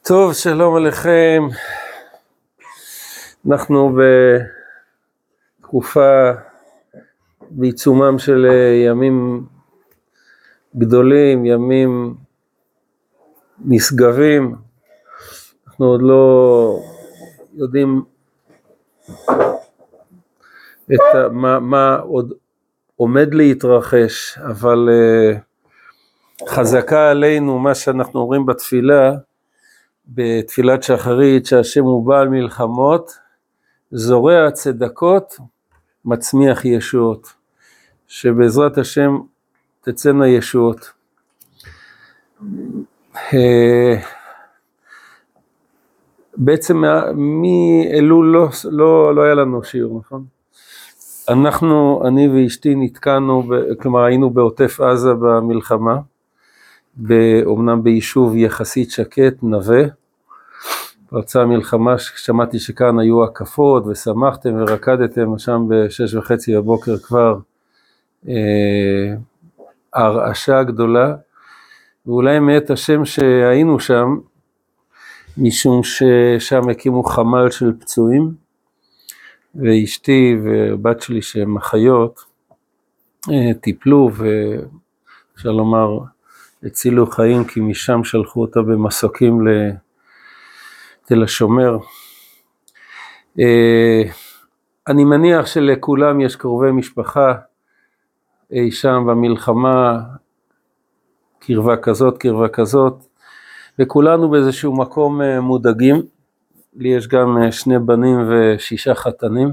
טוב, שלום עליכם. אנחנו בתקופה בעיצומם של ימים גדולים, ימים נשגבים. אנחנו עוד לא יודעים מה עוד עומד להתרחש, אבל חזקה עלינו מה שאנחנו אומרים בתפילת שחרית, שהשם הוא בעל מלחמות, זורע צדקות, מצמיח ישועות, שבעזרת השם תצאנה ישועות. בעצם מאלול לא היה לנו שיעור, נכון? אני ואשתי נתקענו, כלומר היינו בעוטף עזה במלחמה, אומנם ביישוב יחסית שקט, נווה. פרצה המלחמה, שמעתי שכאן היו הקפות ושמחתם ורקדתם, שם ב6:30 בבוקר כבר הרעשה גדולה, ואולי מאת השם שהיינו שם, משום ששם הקימו חמ"ל של פצועים, ואשתי ובת שלי שהם אחיות, טיפלו ואפשר לומר הצילו חיים, כי משם שלחו אותה במסוקים לתל השומר. אני מניח שלכולם יש קרובי משפחה אי שם במלחמה, קרבה כזאת, וכולנו באיזשהו מקום מודאגים. לי יש גם 2 בנים ו6 חתנים,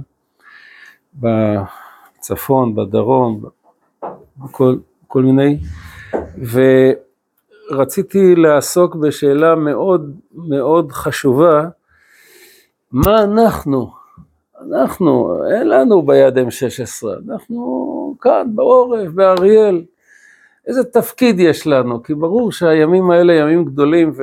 בצפון, בדרום, כל מיני, ורציתי לעסוק בשאלה מאוד מאוד חשובה, מה אנחנו, אין לנו ביד M16, אנחנו כאן בעורף, באריאל, איזה תפקיד יש לנו? כי ברור שהימים האלה ימים גדולים,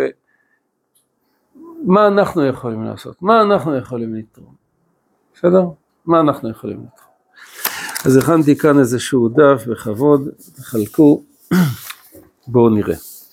ומה אנחנו יכולים לעשות? מה אנחנו יכולים לתרום? בסדר? מה אנחנו יכולים לתרום? אז הכנתי כאן איזשהו דף בכבוד, תחלקו, בואו נראה.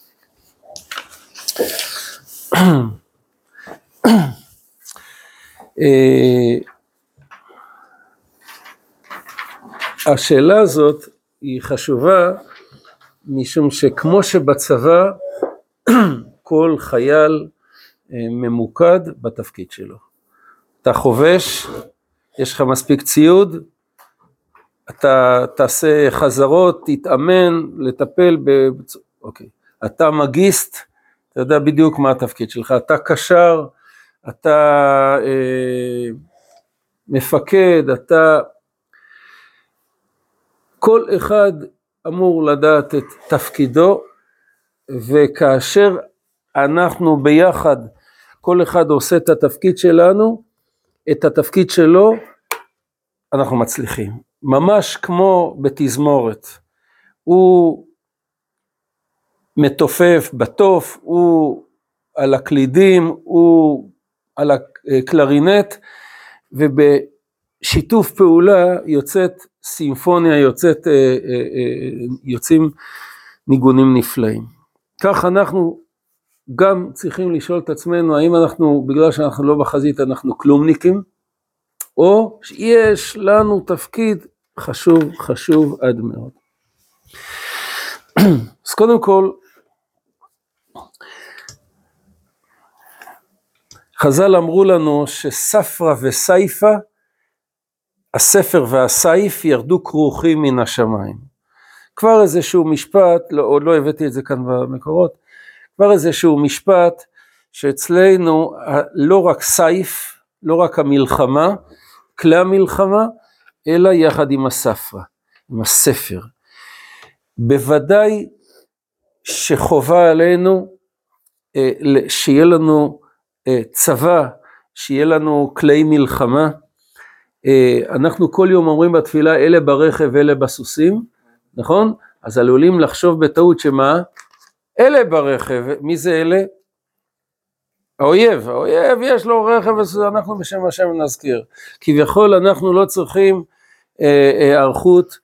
השאלה הזאת היא חשובה, משום שכמו שבצבא, כל חייל ממוקד בתפקיד שלו. אתה חובש, יש לך מספיק ציוד, אתה תעשה חזרות, תתאמן, לטפל אוקיי. אתה מגיסט, אתה יודע בדיוק מה התפקיד שלך, אתה קשר, אתה מפקד, כל אחד אמור לדעת את תפקידו, וכאשר אנחנו ביחד, כל אחד עושה את התפקיד שלנו, את התפקיד שלו, אנחנו מצליחים. ממש כמו בתזמורת, הוא מתופף בתוף, הוא על הקלידים, הוא על הקלרינט, ובשיתוף פעולה יוצאת סימפוניה, יוצאים ניגונים נפלאים. כך אנחנו גם צריכים לשאול את עצמנו, האם אנחנו, בגלל שאנחנו לא בחזית, אנחנו כלומניקים, או שיש לנו תפקיד חשוב עד מאוד. אז קודם כל, חז"ל אמרו לנו שספרה וסייפה, הספר והסייף ירדו כרוכים מן השמיים. כבר איזשהו משפט, עוד לא הבאתי את זה כאן במקורות, כבר איזשהו משפט שאצלנו לא רק סייף, לא רק המלחמה, כלי המלחמה, אלא יחד עם הספרה, עם הספר. בוודאי שחובה עלינו שיהיה לנו צבא, שיהיה לנו כלי מלחמה. אנחנו כל יום אומרים בתפילה, אלה ברכב, אלה בסוסים, נכון? אז עלולים לחשוב בטעות שמה? אלה ברכב, מי זה אלה? האויב יש לו רכב, אנחנו בשם השם נזכיר. כביכול אנחנו לא צריכים ערכות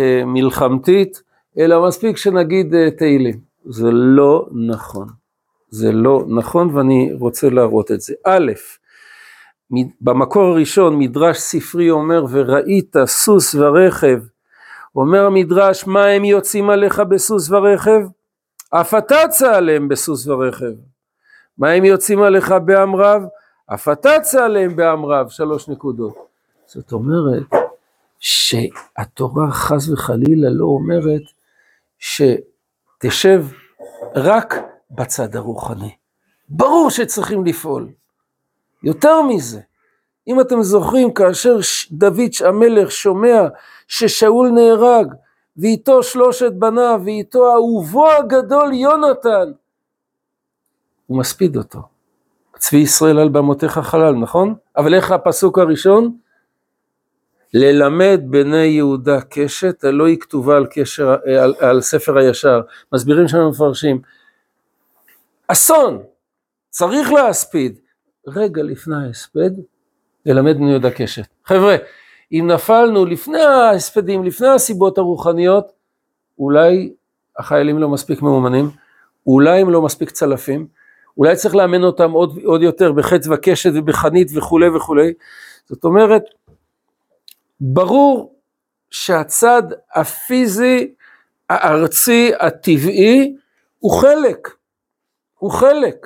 מלחמתית, אלא מספיק שנגיד תהילים. זה לא נכון. זה לא נכון, ואני רוצה להראות את זה. א', במקור הראשון מדרש ספרי אומר וראית סוס ורכב, אומר המדרש מה הם יוצאים עליך בסוס ורכב? אף אתה צא עליהם בסוס ורכב. מה הם יוצאים עליך בעם רב? אף אתה צא עליהם בעם רב. 3 נקודות. זאת אומרת שהתורה חס וחלילה לא אומרת שתשב רק בצד הרוחני. ברור שצריכים לפעול. יותר מזה, אם אתם זוכרים, כאשר דוד המלך שומע ששאול נהרג, ואיתו 3 בניו, ואיתו אהובו הגדול יונתן, הוא מספיד אותו. צבי ישראל על במותיך חלל, נכון? אבל איך הפסוק הראשון? ללמד בני יהודה קשת, הלא היא כתובה על ספר הישר. מסבירים שם מפרשים. אסון, צריך להספיד. רגע לפני ההספד, ללמד בני יהודה קשת. חבר'ה, אם נפלנו לפני ההספדים, לפני הסיבות הרוחניות, אולי החיילים לא מספיק מאומנים, אולי הם לא מספיק צלפים, אולי צריך לאמן אותם עוד יותר בחץ וקשת ובחנית וכו' וכו'. זאת אומרת, ברור שהצד הפיזי, הארצי, הטבעי, הוא חלק.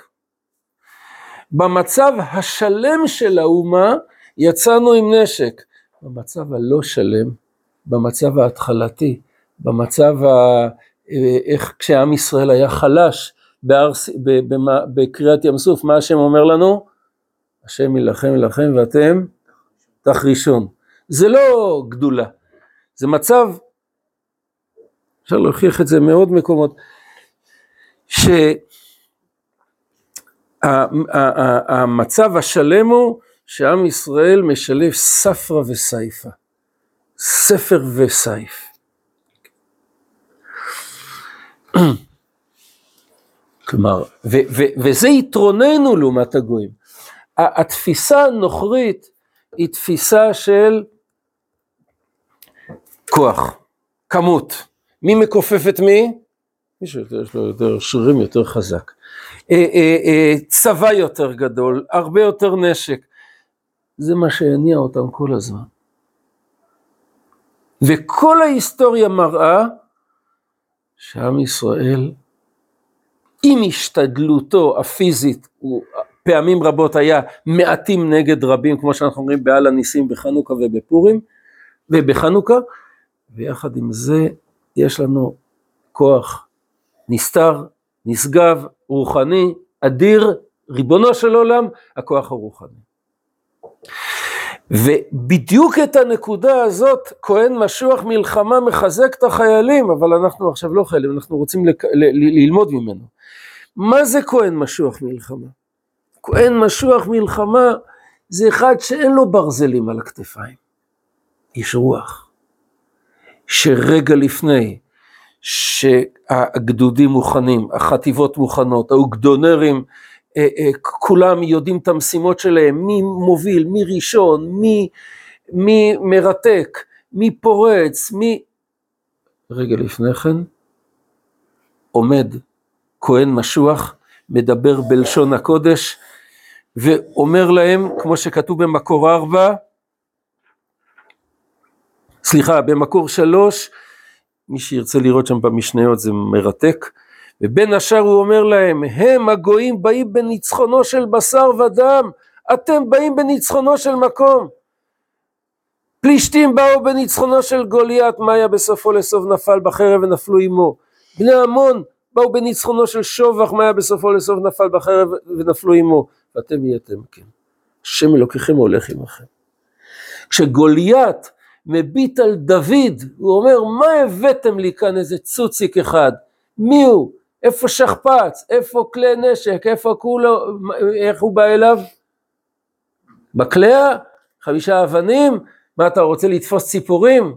במצב השלם של האומה, יצאנו עם נשק. במצב הלא שלם, במצב ההתחלתי, במצב איך כשעם ישראל היה חלש, בקריאת ים סוף, מה השם אומר לנו? השם ילחם ואתם תחרישון. זה לא גדולה, זה מצב, אפשר להוכיח את זה מאוד מקומות, שהמצב השלם הוא שעם ישראל משלב ספרה וסייפה, ספר וסייף. כלומר, וזה יתרוננו לעומת הגויים. התפיסה הנוכרית היא תפיסה של כוח, כמות. מי מכופף את מי? מי שיש לו יותר שרירים יותר חזק. צבא יותר גדול, הרבה יותר נשק. זה מה שהניע אותם כל הזמן. וכל ההיסטוריה מראה שעם ישראל, עם השתדלותו הפיזית, הוא פעמים רבות היה מעטים נגד רבים, כמו שאנחנו אומרים בעל הניסים בחנוכה ובפורים, ובחנוכה, ויחד עם זה יש לנו כוח נסתר, נשגב, רוחני, אדיר, ריבונו של עולם, הכוח הרוחני. ובדיוק את הנקודה הזאת, כהן משוח מלחמה מחזק את החיילים, אבל אנחנו עכשיו לא חיילים, אנחנו רוצים ללמוד ממנו. מה זה כהן משוח מלחמה? כהן משוח מלחמה זה אחד שאין לו ברזלים על הכתפיים. איש רוח. שרגע לפני שהגדודים מוכנים, החטיבות מוכנות, האוגדונרים, כולם יודעים את המשימות שלהם, מי מוביל, מי ראשון, מי מרתק, מי פורץ, רגע לפני כן, עומד כהן משוח, מדבר בלשון הקודש, ואומר להם, כמו שכתוב במקור 4, במקור 3, מי שירצה לראות שם במשניות זה מרתק, ובין השאר הוא אומר להם, הם הגויים באים בניצחונו של בשר ודם, אתם באים בניצחונו של מקום. פלישתים באו בניצחונו של גוליית, מה היה בסופו לסוף נפל בחרב ונפלו עמו. בני עמון באו בניצחונו של שובח, מה היה בסופו לסוף נפל בחרב ונפלו עמו. ואתם הייתם כן. השם אלוקיכם הולך עמכם. כשגוליית מביט על דוד, הוא אומר, מה הבאתם לי כאן איזה צוציק אחד? מי הוא? איפה שכפץ? איפה כלי נשק? איפה כולו? איך הוא בא אליו? בקלע? 5 אבנים? מה אתה רוצה לתפוס ציפורים?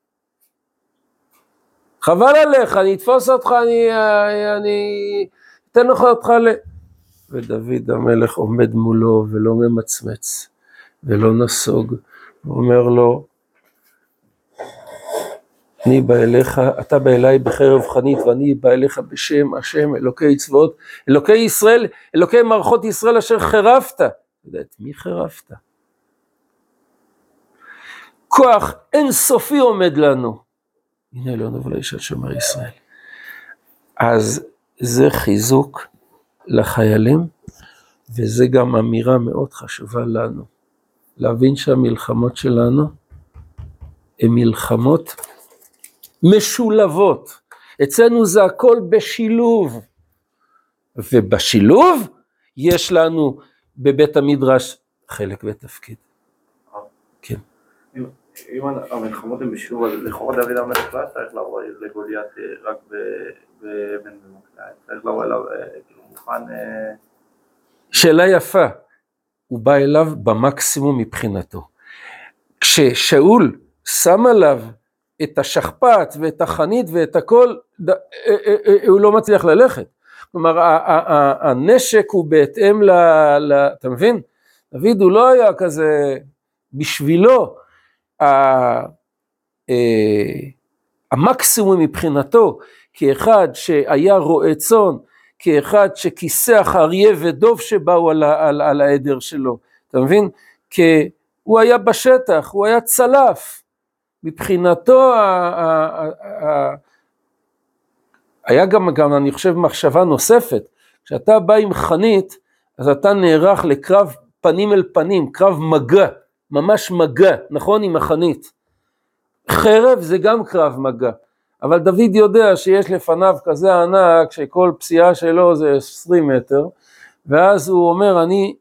חבל עליך, אני אתפוס אותך, אני אתן לך אותך ודוד המלך עומד מולו ולא ממצמץ ולא נסוג, הוא אומר לו, אני בא אליך, אתה בא אליי בחרב חנית, ואני בא אליך בשם השם, אלוקי צבאות, אלוקי ישראל, אלוקי מערכות ישראל אשר חרפת. יודעת, מי חרפת? כוח אינסופי עומד לנו. הנה אלוהינו ולאיש שומר ישראל. אז זה חיזוק לחיילים, וזה גם אמירה מאוד חשובה לנו. להבין שהמלחמות שלנו הן מלחמות משולבות. אצלנו זה הכל בשילוב. ובשילוב יש לנו בבית המדרש חלק ותפקיד. כן. אם המלחמות הן בשילוב, אז לכאורה דוד המלך לא צריך לבוא לגוליית רק בבן במקלע, צריך לבוא אליו מוכן... שאלה יפה, הוא בא אליו במקסימום מבחינתו. כששאול שם עליו את השכפ"ץ ואת החנית ואת הכל, הוא לא מצליח ללכת. כלומר, הנשק הוא בהתאם אתה מבין? דוד הוא לא היה כזה, בשבילו, המקסימום מבחינתו, כאחד שהיה רועה צאן, כאחד שכיסח אריה ודוב שבאו על העדר שלו, אתה מבין? הוא היה בשטח, הוא היה צלף, מבחינתו היה גם אני חושב מחשבה נוספת, כשאתה בא עם חנית, אז אתה נערך לקרב פנים אל פנים, קרב מגע, ממש מגע, נכון, עם החנית. חרב זה גם קרב מגע, אבל דוד יודע שיש לפניו כזה ענק, שכל פסיעה שלו זה 20 מטר, ואז הוא אומר, אני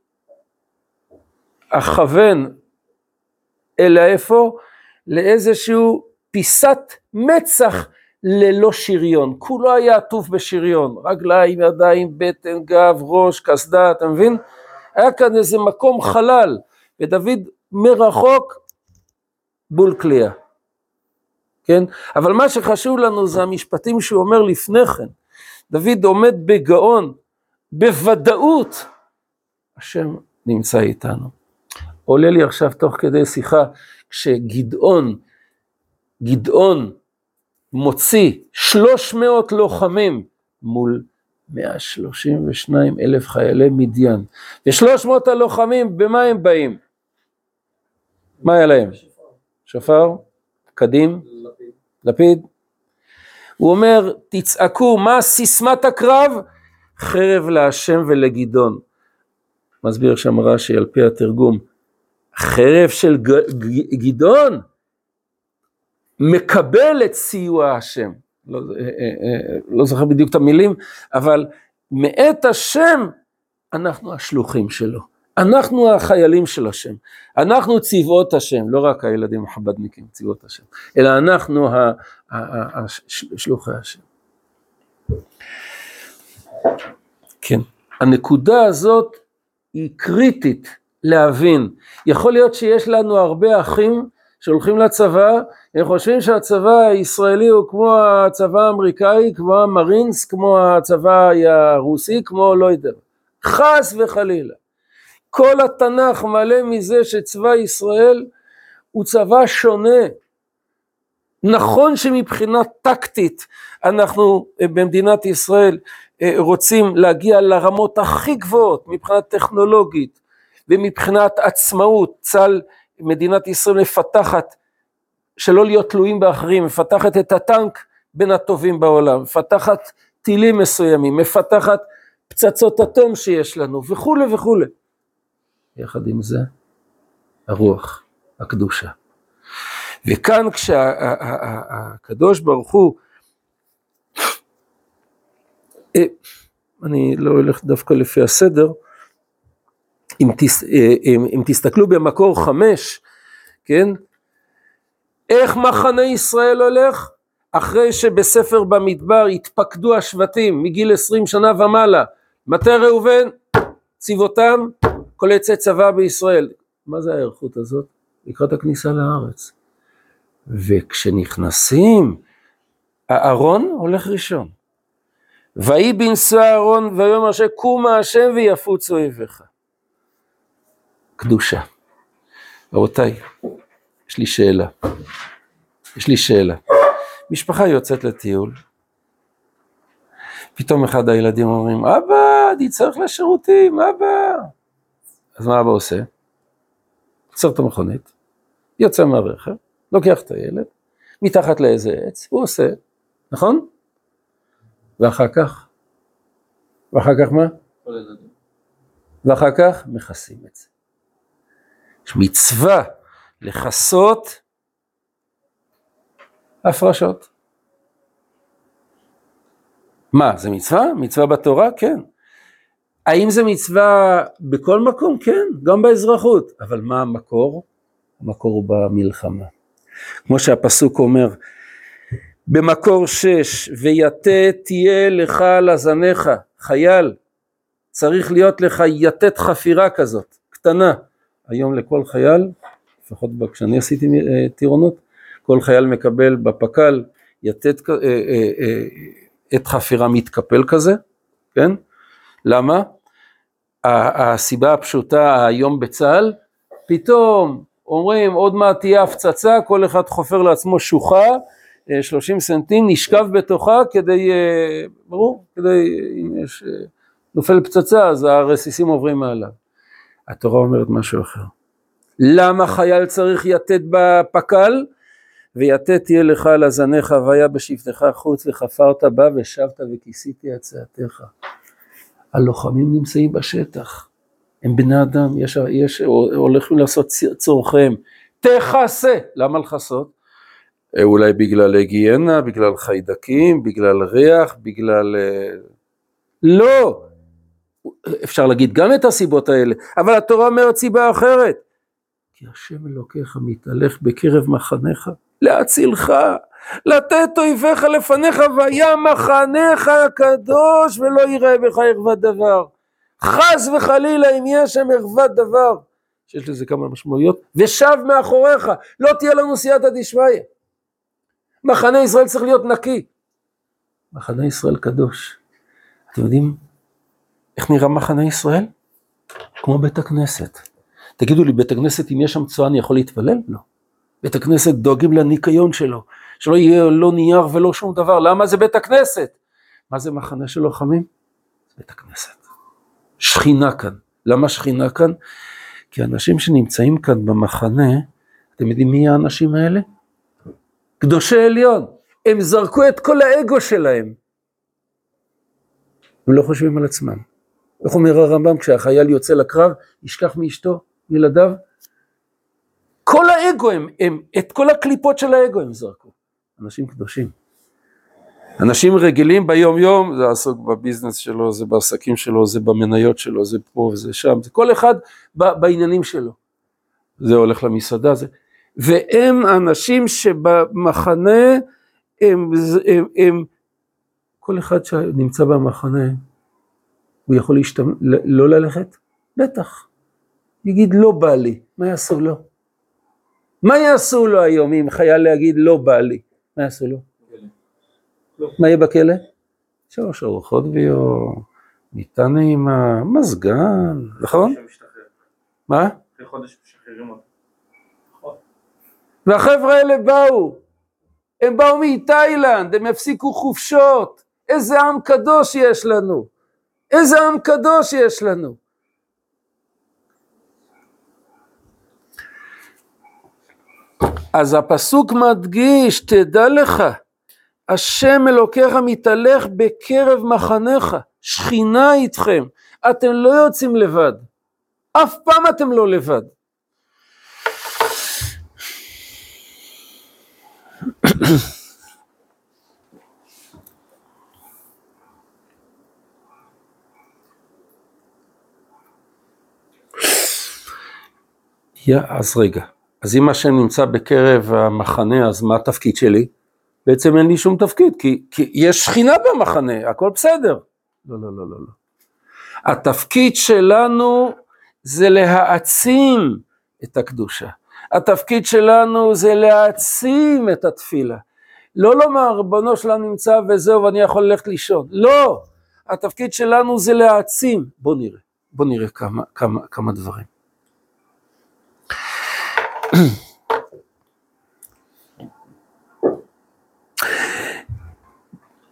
אכוון אל איפה? לאיזשהו פיסת מצח ללא שריון, כולו היה עטוף בשריון, רגליים, ידיים, בטן, גב, ראש, קסדה, אתה מבין? היה כאן איזה מקום חלל, ודוד מרחוק בול קליעה, כן? אבל מה שחשוב לנו זה המשפטים שהוא אומר לפני כן, דוד עומד בגאון, בוודאות, השם נמצא איתנו. עולה לי עכשיו תוך כדי שיחה, כשגדעון מוציא 300 לוחמים מול 132,000 חיילי מדיין. ו300 הלוחמים, במה הם באים? מה היה להם? שופר? קדים? לפיד? הוא אומר, תצעקו, מה סיסמת הקרב? חרב להשם ולגדעון. מסביר שם רש"י על פי התרגום, חרב של גדעון מקבל את סיוע השם. לא זוכר בדיוק את המילים, אבל מאת השם אנחנו השלוחים שלו. אנחנו החיילים של השם. אנחנו צבאות השם, לא רק הילדים החבדניקים, צבאות השם, אלא אנחנו שלוחי השם. כן, הנקודה הזאת היא קריטית להבין. יכול להיות שיש לנו הרבה אחים שהולכים לצבא, הם חושבים שהצבא הישראלי הוא כמו הצבא האמריקאי, כמו המרינס, כמו הצבא הרוסי, כמו לא יודע. חס וחלילה. כל התנ"ך מלא מזה שצבא ישראל הוא צבא שונה. נכון שמבחינה טקטית אנחנו במדינת ישראל רוצים להגיע לרמות הכי גבוהות מבחינה טכנולוגית ומבחינת עצמאות. צה"ל, מדינת ישראל מפתחת שלא להיות תלויים באחרים, מפתחת את הטנק בין הטובים בעולם, מפתחת טילים מסוימים, מפתחת פצצות אטום שיש לנו וכו' וכו'. יחד עם זה, הרוח, הקדושה. וכאן כשהקדוש ברוך הוא, אני לא הולך דווקא לפי הסדר, אם תסתכלו במקור 5, כן? איך מחנה ישראל הולך? אחרי שבספר במדבר התפקדו השבטים מגיל 20 שנה ומעלה, מטה ראובן, צבאותם, כל יצא צבא בישראל. מה זה הערכות הזאת? לקראת הכניסה לארץ. וכשנכנסים, הארון הולך ראשון. ויהי בנשוא הארון ויאמר השם קומה השם ויפוץ אויביך. קדושה. רבותיי, יש לי שאלה. משפחה יוצאת לטיול, פתאום אחד הילדים אומרים, אבא, אני צריך לשירותים, אבא. אז מה אבא עושה? עוצר את המכונית, יוצא מהרכב, לוקח את הילד, מתחת לאיזה עץ, הוא עושה, נכון? ואחר כך מה? ואחר כך מכסים את זה. יש מצווה לחסות הפרשות. מה, זה מצווה? מצווה בתורה? כן. האם זה מצווה בכל מקום? כן, גם באזרחות. אבל מה המקור? המקור הוא במלחמה. כמו שהפסוק אומר, במקור 6, ויתת תהיה לך לזניך, חייל, צריך להיות לך יתת חפירה כזאת, קטנה. היום לכל חייל, לפחות כשאני עשיתי טירונות, כל חייל מקבל בפקל יתת את חפירה מתקפל כזה, כן? למה? הסיבה הפשוטה היום בצה"ל, פתאום אומרים עוד מעט תהיה הפצצה, כל אחד חופר לעצמו שוחה, 30 סנטים, נשכב בתוכה כדי, ברור, כדי, אם יש נופל פצצה, אז הרסיסים עוברים מעליו. התורה אומרת משהו אחר. למה חייל צריך יתת בפקל? ויתת תהיה לך לזניך, והיה בשבתך חוץ, וחפרת בה, ושבת וכיסיתי הצעתך. הלוחמים נמצאים בשטח, הם בני אדם, הולכים לעשות צורכיהם. תחסה, למה לחסות? אולי בגלל היגיינה, בגלל חיידקים, בגלל ריח, בגלל... לא, אפשר להגיד גם את הסיבות האלה, אבל התורה אומרת סיבה אחרת. כי השם אלוקיך מתהלך בקרב מחניך, להצילך, לתת אויביך לפניך, והיה מחניך הקדוש, ולא יראה בך ערוות דבר. חס וחלילה אם יש שם ערוות דבר, שיש לזה כמה משמעויות, ושב מאחוריך, לא תהיה לנו סייעתא דשמיא. מחנה ישראל צריך להיות נקי. מחנה ישראל קדוש. אתם יודעים איך נראה מחנה ישראל? כמו בית הכנסת. תגידו לי, בית הכנסת אם יש שם צועה אני יכול להתפלל? לא. בית הכנסת דואגים לניקיון שלו, שלא יהיה לא נייר ולא שום דבר. למה זה בית הכנסת? מה זה מחנה של לוחמים? זה בית הכנסת. שכינה כאן. למה שכינה כאן? כי אנשים שנמצאים כאן במחנה, אתם יודעים מי האנשים האלה? קדושי עליון. הם זרקו את כל האגו שלהם. הם לא חושבים על עצמם. איך אומר הרמב"ם, כשהחייל יוצא לקרב, ישכח מאשתו, מילדיו? כל האגו את כל הקליפות של האגו הם זרקו. אנשים קדושים. אנשים רגילים ביום יום, זה עסוק בביזנס שלו, זה בעסקים שלו, זה במניות שלו, זה פה וזה שם, זה כל אחד בעניינים שלו. זה הולך למסעדה, זה. והם אנשים שבמחנה, כל אחד שנמצא במחנה, הוא יכול לא ללכת? בטח. יגיד לא בא לי, מה יעשו לו? מה יעשו לו היום אם חייל להגיד לא בא לי? מה יעשו לו? מה יהיה בכלא? 3 ארוחות ביום, מיטה נעימה, מזגן, נכון? מה? אחרי חודש משחררים אותו. והחבר'ה האלה הם באו מתאילנד, הם הפסיקו חופשות. איזה עם קדוש יש לנו. איזה עם קדוש יש לנו. אז הפסוק מדגיש, תדע לך, השם אלוקיך מתהלך בקרב מחניך, שכינה איתכם, אתם לא יוצאים לבד, אף פעם אתם לא לבד. אז רגע, אז אם השם נמצא בקרב המחנה, אז מה התפקיד שלי? בעצם אין לי שום תפקיד, כי יש שכינה במחנה, הכל בסדר. לא. התפקיד שלנו זה להעצים את הקדושה. התפקיד שלנו זה להעצים את התפילה. לא לומר, ריבונו שלנו נמצא וזהו ואני יכול ללכת לישון. לא, התפקיד שלנו זה להעצים. בוא נראה כמה דברים.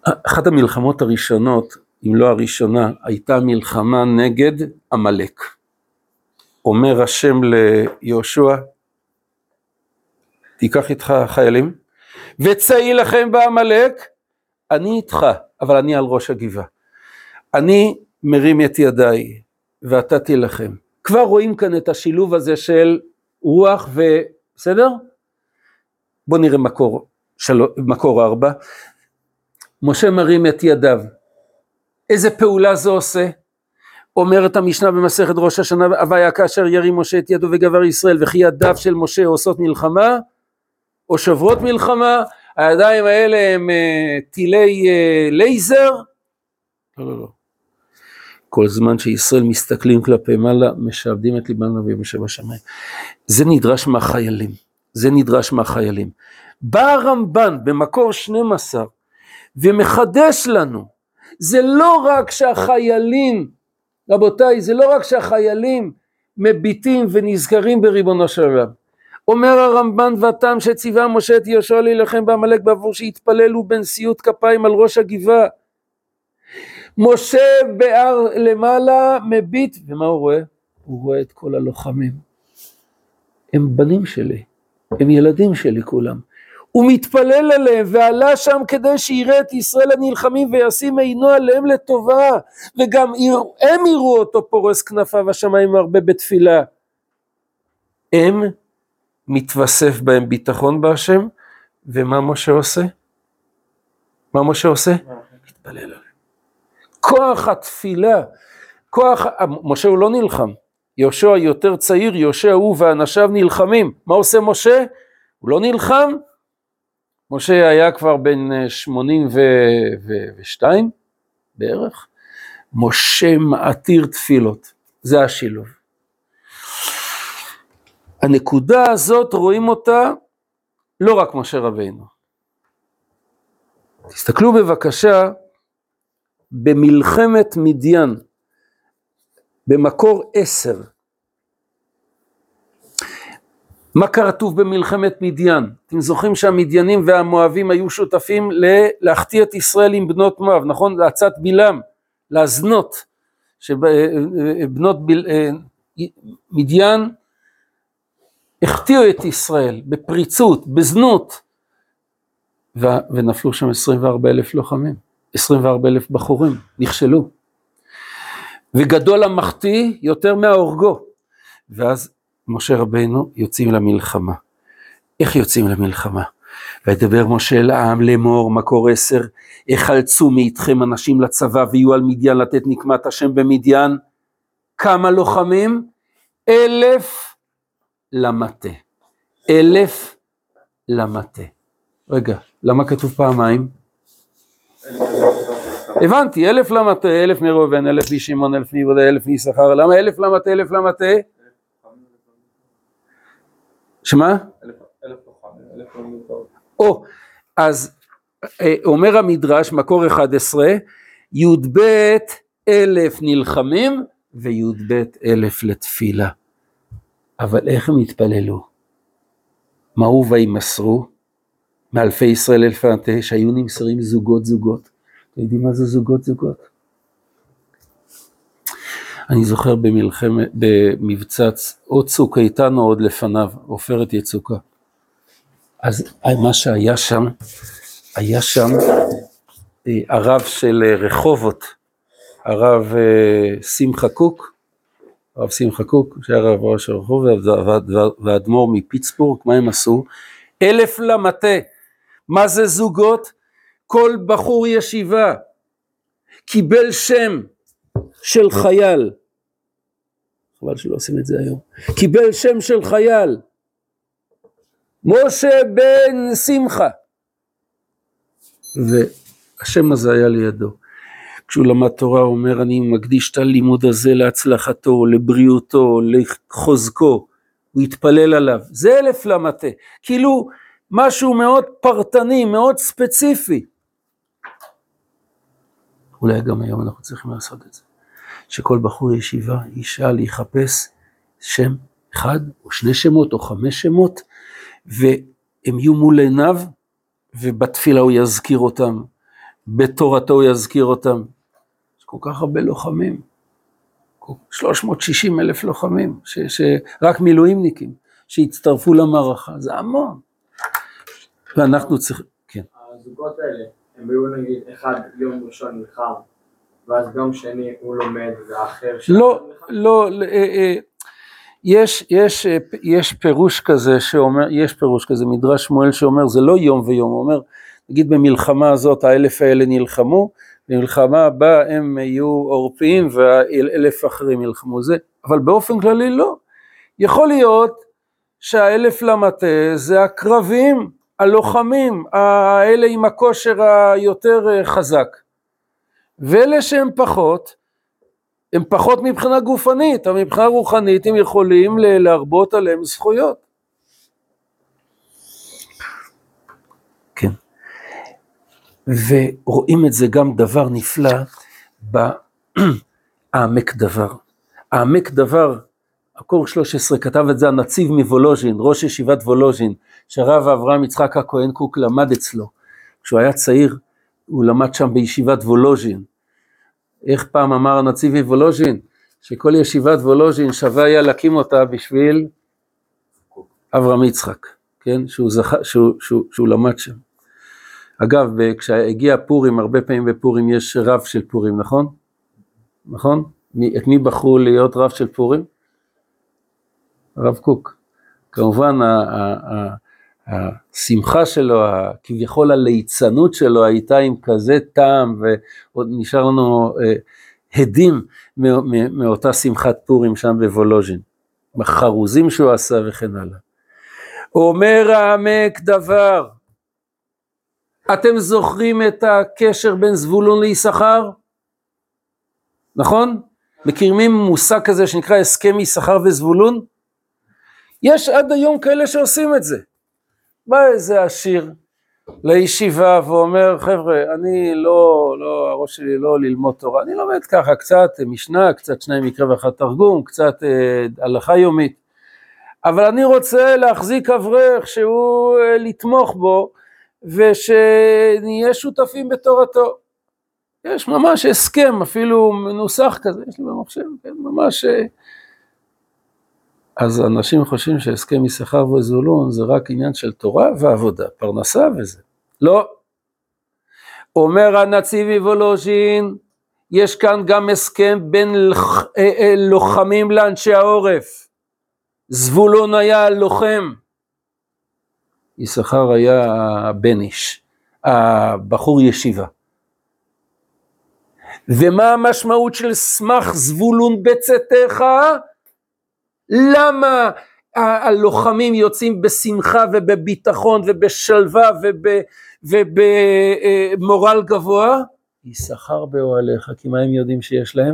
אחת המלחמות הראשונות, אם לא הראשונה, הייתה מלחמה נגד עמלק. אומר השם ליהושע, תיקח איתך חיילים, וצאי לכם בעמלק, אני איתך, אבל אני על ראש הגבעה. אני מרים את ידיי, ואתה תילחם. כבר רואים כאן את השילוב הזה של רוח בסדר? בוא נראה מקור 4. משה מרים את ידיו. איזה פעולה זה עושה? אומרת המשנה במסכת ראש השנה, הוויה כאשר ירים משה את ידו וגבר ישראל, וכי ידיו של משה עושות מלחמה, או שוברות מלחמה, הידיים האלה הם טילי לייזר? לא. כל זמן שישראל מסתכלים כלפי מעלה, משעבדים את ליבם לאביהם שבשמיים. זה נדרש מהחיילים. בא הרמב"ן במקור 12, ומחדש לנו, זה לא רק שהחיילים, רבותיי, זה לא רק שהחיילים מביטים ונזכרים בריבונו של עולם. אומר הרמב"ן, והטעם שציווה משה את יהושע להילחם בעמלק בעבור שהתפללו בנשיאות כפיים על ראש הגבעה. משה בהר למעלה מביט, ומה הוא רואה? הוא רואה את כל הלוחמים. הם בנים שלי, הם ילדים שלי כולם. הוא מתפלל עליהם ועלה שם כדי שיראה את ישראל הנלחמים וישים עינו עליהם לטובה, וגם הם יראו אותו פורס כנפיו השמיים הרבה בתפילה. הם מתווסף בהם ביטחון בהשם, ומה משה עושה? מתפלל עליהם. כוח התפילה, משה הוא לא נלחם, יהושע יותר צעיר, יהושע הוא ואנשיו נלחמים. מה עושה משה? הוא לא נלחם, משה היה כבר בן 82 בערך, משה מעתיר תפילות, זה השילוב. הנקודה הזאת רואים אותה לא רק משה רבינו. תסתכלו בבקשה במלחמת מדיין, במקור 10. מה כתוב במלחמת מדיין? אתם זוכרים שהמדיינים והמואבים היו שותפים להחטיא את ישראל עם בנות מואב, נכון? לעצת בלעם, להזנות, שבנות מדיין החטיאו את ישראל בפריצות, בזנות, ונפלו שם 24,000 לוחמים, 24,000 בחורים, נכשלו. וגדול המחטיא יותר מההורגו. ואז משה רבינו יוצאים למלחמה. איך יוצאים למלחמה? וידבר משה אל העם לאמור, מקור 10, החלצו מאיתכם אנשים לצבא ויהיו על מדיין לתת נקמת השם במדיין. כמה לוחמים? 1,000 למטה. 1,000 למטה. רגע, למה כתוב פעמיים? הבנתי, 1,000 למטה, 1,000 מראובן, 1,000 משמעון, 1,000 מיהודה, 1,000 מיששכר. למה 1,000 למטה, 1,000 למטה? שמה? 1,000 לוחמים, 1,000 אז אומר המדרש, מקור 11, י"ב 1,000 נלחמים, וי"ב 1,000 לתפילה. אבל איך הם התפללו? מהו וימסרו? מאלפי ישראל 1,000 שהיו נמסרים זוגות. אתם יודעים מה זה זוגות? אני זוכר במבצע או צוק איתן או עוד לפניו, עופרת יצוקה. אז מה שהיה שם, הרב של רחובות, הרב שמחה קוק, שהיה רב ראש רחובות, והאדמו"ר מפיטסבורג, מה הם עשו? 1,000 למטה. מה זה זוגות? כל בחור ישיבה קיבל שם של חייל, חבל שלא עושים את זה היום, קיבל שם של חייל, משה בן שמחה, והשם הזה היה לידו. כשהוא למד תורה הוא אומר, אני מקדיש את הלימוד הזה להצלחתו, לבריאותו, לחוזקו, הוא יתפלל עליו. זה 1,000 למטה, כאילו משהו מאוד פרטני, מאוד ספציפי. אולי גם היום אנחנו צריכים לעשות את זה. שכל בחור ישיבה ישאל, יחפש שם אחד או 2 שמות או 5 שמות, והם יהיו מול עיניו, ובתפילה הוא יזכיר אותם בתורתו יזכיר אותם. יש כל כך הרבה לוחמים, 360,000 לוחמים, רק מילואימניקים, שהצטרפו למערכה, זה המון. ואנחנו צריכים, כן. הזוגות האלה, הם היו נגיד אחד יום ראשון נלחם, ואז גם שני הוא לומד, והאחר לא, יש פירוש כזה שאומר, יש פירוש כזה, מדרש שמואל שאומר, זה לא יום ויום, הוא אומר, נגיד במלחמה הזאת, 1,000 האלה נלחמו, במלחמה הבאה הם יהיו עורפיים, וה1,000 אחרים ילחמו זה, אבל באופן כללי לא. יכול להיות שה1,000 למטה זה הקרבים, הלוחמים, האלה עם הכושר היותר חזק, ואלה שהם פחות, הם פחות מבחינה גופנית, אבל מבחינה רוחנית הם יכולים להרבות עליהם זכויות. כן. ורואים את זה גם דבר נפלא בעמק דבר. העמק דבר, הקור 13 כתב את זה הנציב מוולוז'ין, ראש ישיבת וולוז'ין, שהרב אברהם יצחק הכהן קוק למד אצלו. כשהוא היה צעיר, הוא למד שם בישיבת וולוז'ין. איך פעם אמר הנציב מוולוז'ין? שכל ישיבת וולוז'ין שווה היה להקים אותה בשביל אברהם יצחק, כן? שהוא למד שם. אגב, כשהגיע פורים, הרבה פעמים בפורים יש רב של פורים, נכון? נכון? את מי בחרו להיות רב של פורים? הרב קוק. כמובן, השמחה שלו, כביכול הליצנות שלו, הייתה עם כזה טעם, ועוד נשאר לנו הדים מאותה שמחת פורים שם בוולוז'ין. מחרוזים שהוא עשה וכן הלאה. אומר העמק דבר, אתם זוכרים את הקשר בין זבולון ליששכר? נכון? מכירים מושג כזה שנקרא הסכם יששכר וזבולון? יש עד היום כאלה שעושים את זה. בא איזה עשיר לישיבה ואומר, חבר'ה, אני הראש שלי לא ללמוד תורה, אני לומד ככה קצת משנה, קצת שניים מקרא ואחד תרגום, קצת הלכה יומית, אבל אני רוצה להחזיק אברך שהוא לתמוך בו, ושנהיה שותפים בתורתו. יש ממש הסכם, אפילו מנוסח כזה, יש לי במחשב, כן, ממש. אז אנשים חושבים שהסכם יששכר וזבולון זה רק עניין של תורה ועבודה, פרנסה וזה. לא. אומר הנציב מוולוז'ין, יש כאן גם הסכם בין לוחמים לאנשי העורף. זבולון היה לוחם, יששכר היה הבניש, הבחור ישיבה. ומה המשמעות של סמך זבולון בצאתך? למה הלוחמים יוצאים בשמחה ובביטחון ובשלווה ובמורל גבוה? יששכר באוהליך, כי מה הם יודעים שיש להם?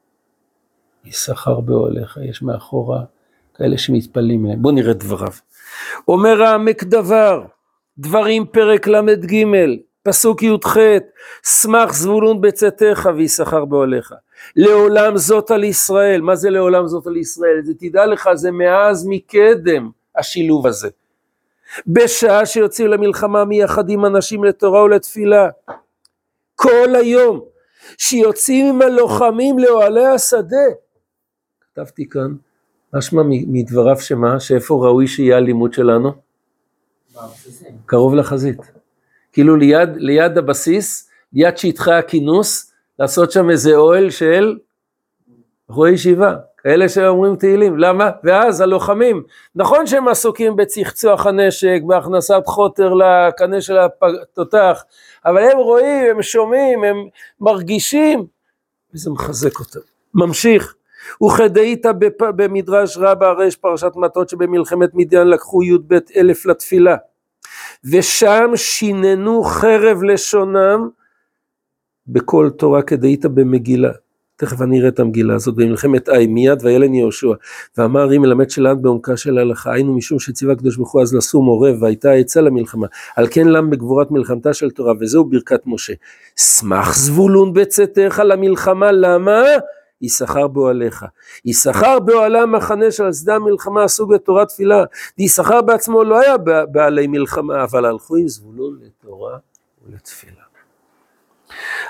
יששכר באוהליך, יש מאחורה כאלה שמתפלים להם. בואו נראה דבריו. אומר העמק דבר, דברים פרק למד ג' פסוק י"ח, סמך זבולון בצאתך ויששכר באוהליך. לעולם זאת על ישראל. מה זה לעולם זאת על ישראל? זה תדע לך, זה מאז מקדם השילוב הזה. בשעה שיוצאים למלחמה מייחדים אנשים לתורה ולתפילה. כל היום שיוצאים עם הלוחמים לאוהלי השדה. כתבתי כאן, משמע מדבריו שמה, שאיפה ראוי שיהיה הלימוד שלנו? קרוב לחזית. כאילו ליד הבסיס, ליד שטחי הכינוס, לעשות שם איזה אוהל של בחורי ישיבה, כאלה שאומרים תהילים. למה? ואז הלוחמים, נכון שהם עסוקים בצחצוח הנשק, בהכנסת חוטר לקנה של התותח, אבל הם רואים, הם שומעים, הם מרגישים, וזה מחזק אותם. ממשיך. וכדאית במדרש רבה, הרי יש פרשת מטות שבמלחמת מדיין לקחו י"ב 1,000 לתפילה, ושם שיננו חרב לשונם בכל תורה כדאית במגילה. תכף אני אראה את המגילה הזאת במלחמת מיד וילן יהושע, ואמר אם מלמד שלנו בעומקה של ההלכה, היינו משום שציווה הקדוש ברוך הוא אז לשום עורב, והייתה עצה למלחמה, על כן לם בגבורת מלחמתה של תורה, וזהו ברכת משה. סמך זבולון בצאתך למלחמה, למה? יששכר באוהליך. יששכר באוהלה מחנה של שדה המלחמה עשו בתורה תפילה. יששכר בעצמו לא היה בעלי מלחמה, אבל הלכו עם זבולון לתורה ולתפילה.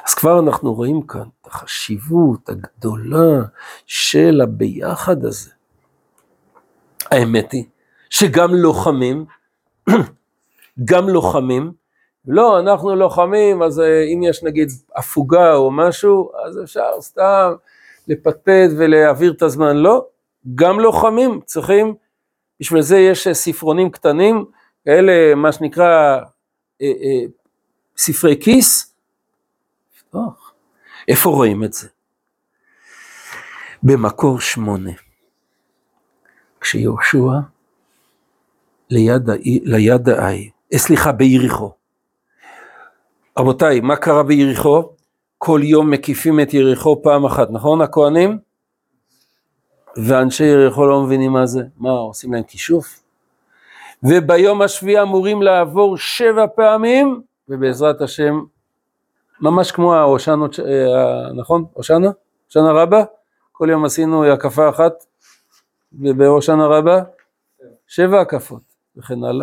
אז כבר אנחנו רואים כאן את החשיבות הגדולה של הביחד הזה. האמת היא שגם לוחמים, לא, אנחנו לוחמים, אז אם יש נגיד הפוגה או משהו, אז אפשר סתם לפטפט ולהעביר את הזמן, לא, גם לוחמים צריכים, בשביל זה יש ספרונים קטנים, כאלה מה שנקרא ספרי כיס, איפה רואים את זה? במקור 8, כשיהושע ליד האי, ביריחו. רבותיי, מה קרה ביריחו? כל יום מקיפים את יריחו פעם אחת, נכון? הכהנים? ואנשי יריחו לא מבינים מה זה. מה, עושים להם כישוף? וביום השביעי אמורים לעבור 7 פעמים, ובעזרת השם, ממש כמו ההושענות, נכון? הושענא רבה? כל יום עשינו הקפה אחת, ובהושענא רבה 7 הקפות, וכן הלאה.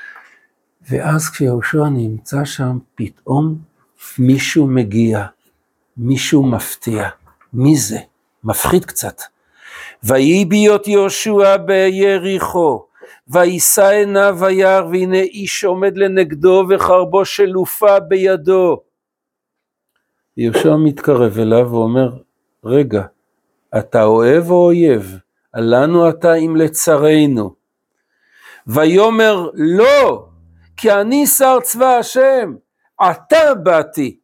ואז כשיהושע נמצא שם, פתאום מישהו מגיע, מישהו מפתיע. מי זה? מפחיד קצת. ויהי ביות יהושע ביריחו, וישא עיניו וירא, והנה איש עומד לנגדו וחרבו שלופה בידו. יהושע מתקרב אליו ואומר, רגע, אתה אוהב או אויב? עלינו אתה אם לצרינו. ויאמר לא, כי אני שר צבא השם, אתה באתי.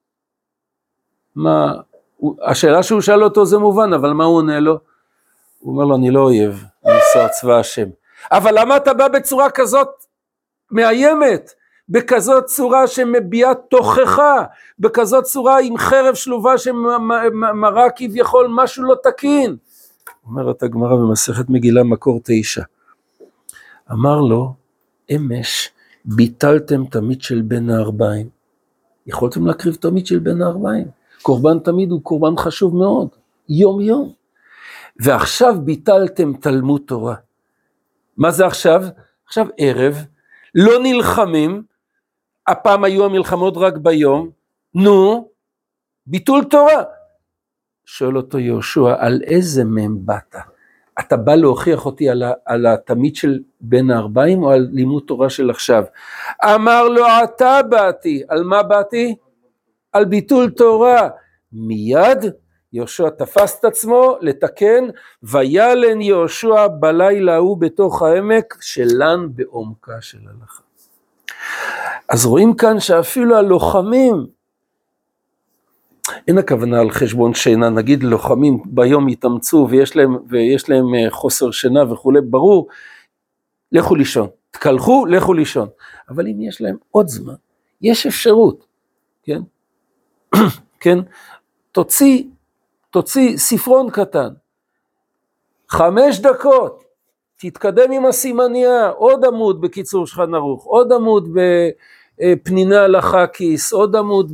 מה, השאלה שהוא שאל אותו זה מובן, אבל מה הוא עונה לו? הוא אומר לו, אני לא אויב, אני שר צבא השם. אבל למה אתה בא בצורה כזאת מאיימת? בכזאת צורה שמביעה תוכחה, בכזאת צורה עם חרב שלובה שמראה כביכול משהו לא תקין. אומרת הגמרא במסכת מגילה מקור 9. אמר לו, אמש ביטלתם תמיד של בין הארבעים. יכולתם להקריב תמיד של בין הארבעים. קורבן תמיד הוא קורבן חשוב מאוד, יום יום. ועכשיו ביטלתם תלמוד תורה. מה זה עכשיו? עכשיו ערב, לא נלחמים, הפעם היו המלחמות רק ביום, נו, ביטול תורה. שואל אותו יהושע, על איזה מהם באת? אתה בא להוכיח אותי על התמיד של בין הארבעים או על לימוד תורה של עכשיו? אמר לו, אתה באתי. על מה באתי? על ביטול תורה. מיד יהושע תפס את עצמו לתקן, וילן יהושע בלילה הוא בתוך העמק שלן בעומקה של הלכה. אז רואים כאן שאפילו הלוחמים, אין הכוונה על חשבון שינה, נגיד לוחמים ביום יתאמצו ויש להם חוסר שינה וכו', ברור, לכו לישון, תקלחו, לכו לישון. אבל אם יש להם עוד זמן, יש אפשרות, כן? כן? תוציא ספרון קטן, 5 דקות, תתקדם עם הסימניה, עוד עמוד בקיצור שולחן ערוך, עוד עמוד בפנינה הלכה כיס, עוד עמוד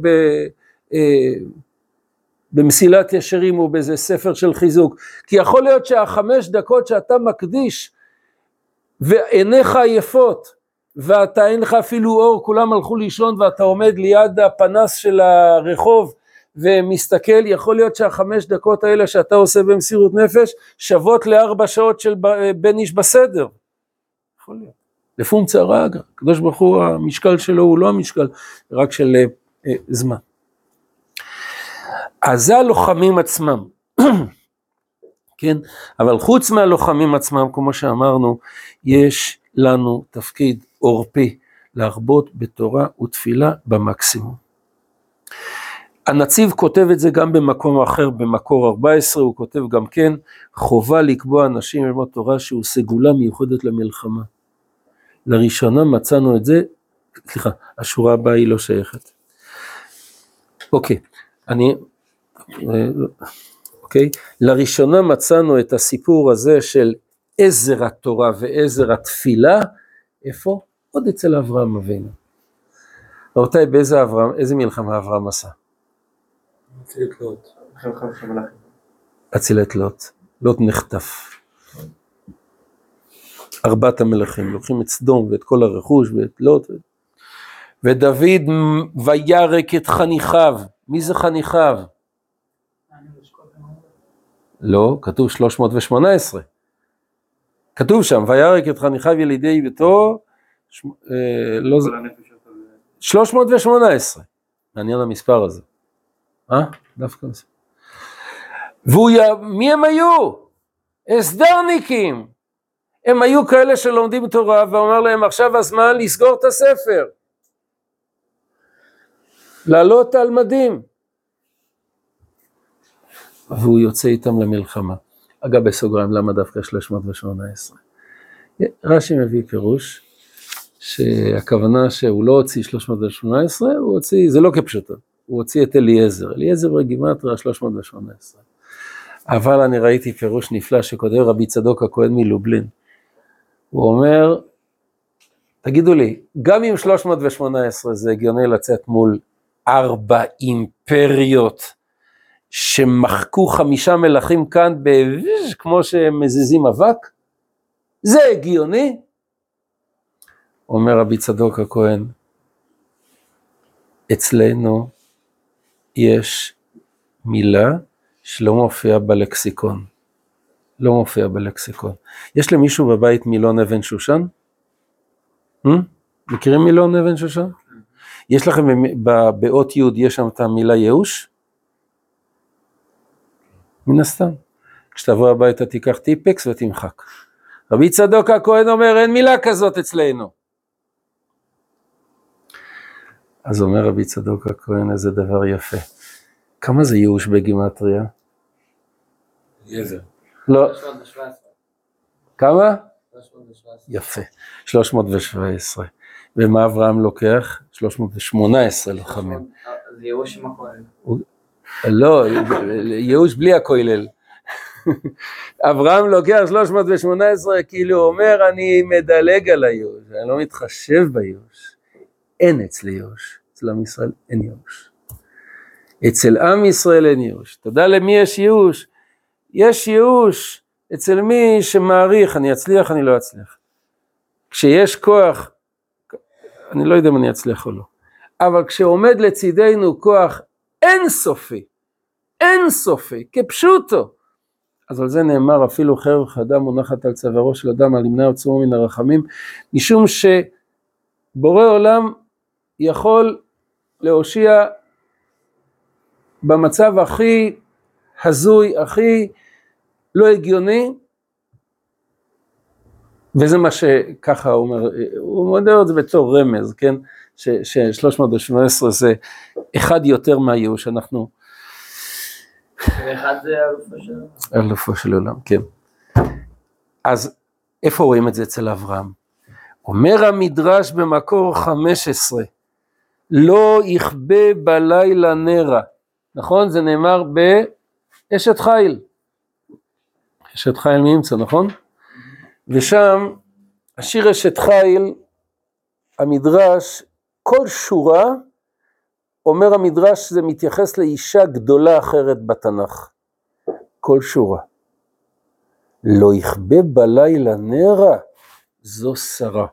במסילת ישרים או באיזה ספר של חיזוק, כי יכול להיות שה5 דקות שאתה מקדיש, ועיניך עייפות, ואתה אין לך אפילו אור, כולם הלכו לישון, ואתה עומד ליד הפנס של הרחוב, ומסתכל, יכול להיות שה5 דקות האלה שאתה עושה במסירות נפש, שוות ל4 שעות של בן איש בסדר. יכול להיות. לפונקציה רגע, הקדוש ברוך הוא, המשקל שלו הוא לא המשקל, רק של זמן. אז זה הלוחמים עצמם. כן? אבל חוץ מהלוחמים עצמם, כמו שאמרנו, יש לנו תפקיד עורפי, להרבות בתורה ותפילה במקסימום. הנציב כותב את זה גם במקום אחר, במקור 14, הוא כותב גם כן, חובה לקבוע אנשים ללמוד תורה שהוא סגולה מיוחדת למלחמה. לראשונה מצאנו את זה, סליחה, השורה הבאה היא לא שייכת. אוקיי, לראשונה מצאנו את הסיפור הזה של עזר התורה ועזר התפילה, איפה? עוד אצל אברהם אבינו. רבותיי, איזה מלחמה אברהם עשה? אצילת לוט. אצילת לוט. לוט נחטף. 4 המלכים, לוקחים את סדום ואת כל הרכוש ואת לוט. ודוד וירק את חניכיו. מי זה חניכיו? לא, כתוב 318. כתוב שם, וירק את חניכיו ילידי ביתו, 318. מעניין המספר הזה. דווקא זה. מי הם היו? הסדרניקים. הם היו כאלה שלומדים תורה, ואומר להם עכשיו הזמן לסגור את הספר. לעלות על מדים. והוא יוצא איתם למלחמה. אגב, בסוגריים, למה דווקא 318? רש"י מביא פירוש, שהכוונה שהוא לא הוציא 318, הוא הוציא, זה לא כפשוטו, הוא הוציא את אליעזר. אליעזר בגימטריה 318. אבל אני ראיתי פירוש נפלא שכותב רבי צדוק הכהן מלובלין. הוא אומר, תגידו לי, גם אם 318 זה הגיוני לצאת מול 4 אימפריות, שמחקו 5 מלכים כאן, כמו שהם מזיזים אבק, זה הגיוני? אומר רבי צדוק הכהן, אצלנו יש מילה שלא מופיעה בלקסיקון. לא מופיע בלקסיקון. יש למישהו בבית מילון אבן שושן? מכירים מילון אבן שושן? יש לכם באות י' יש שם את המילה ייאוש? מן הסתם. כשתבוא הביתה תיקח טיפקס ותמחק. רבי צדוק הכהן אומר אין מילה כזאת אצלנו. אז אומר רבי צדוק הכהן איזה דבר יפה. כמה זה ייאוש בגימטריה? יזר. לא. 317. כמה? 317. יפה. 317. ומה אברהם לוקח? 318 לוחמים. זה ייאוש עם הכהן. לא, ייאוש בלי הכולל. אברהם לוקח 318, כאילו הוא אומר, אני מדלג על הייאוש, אני לא מתחשב בייאוש. אין אצלי ייאוש, אצל עם ישראל אין ייאוש. אצל עם ישראל אין ייאוש. תדע למי יש ייאוש? יש ייאוש אצל מי שמעריך, אני אצליח, אני לא אצליח. כשיש כוח, אני לא יודע אם אני אצליח או לא, אבל כשעומד לצידנו כוח אינסופי, אינסופי, כפשוטו, אז על זה נאמר אפילו חרב חדה מונחת על צווארו של אדם, על ימנע עצמו מן הרחמים, משום שבורא עולם יכול להושיע במצב הכי הזוי, הכי לא הגיוני, וזה מה שככה הוא אומר, הוא מודע את זה בתור רמז, כן? ש-318 זה אחד יותר מהייאוש, אנחנו... ואחד זה אלופו של עולם. אלופו של עולם, כן. אז איפה רואים את זה אצל אברהם? אומר המדרש במקור 15, לא יכבה בלילה נרה, נכון? זה נאמר באשת חיל. אשת חיל מימצא, נכון? ושם, השיר אשת חיל, המדרש, כל שורה, אומר המדרש, זה מתייחס לאישה גדולה אחרת בתנ"ך. כל שורה. לא יכבה בלילה נרה, זו שרה.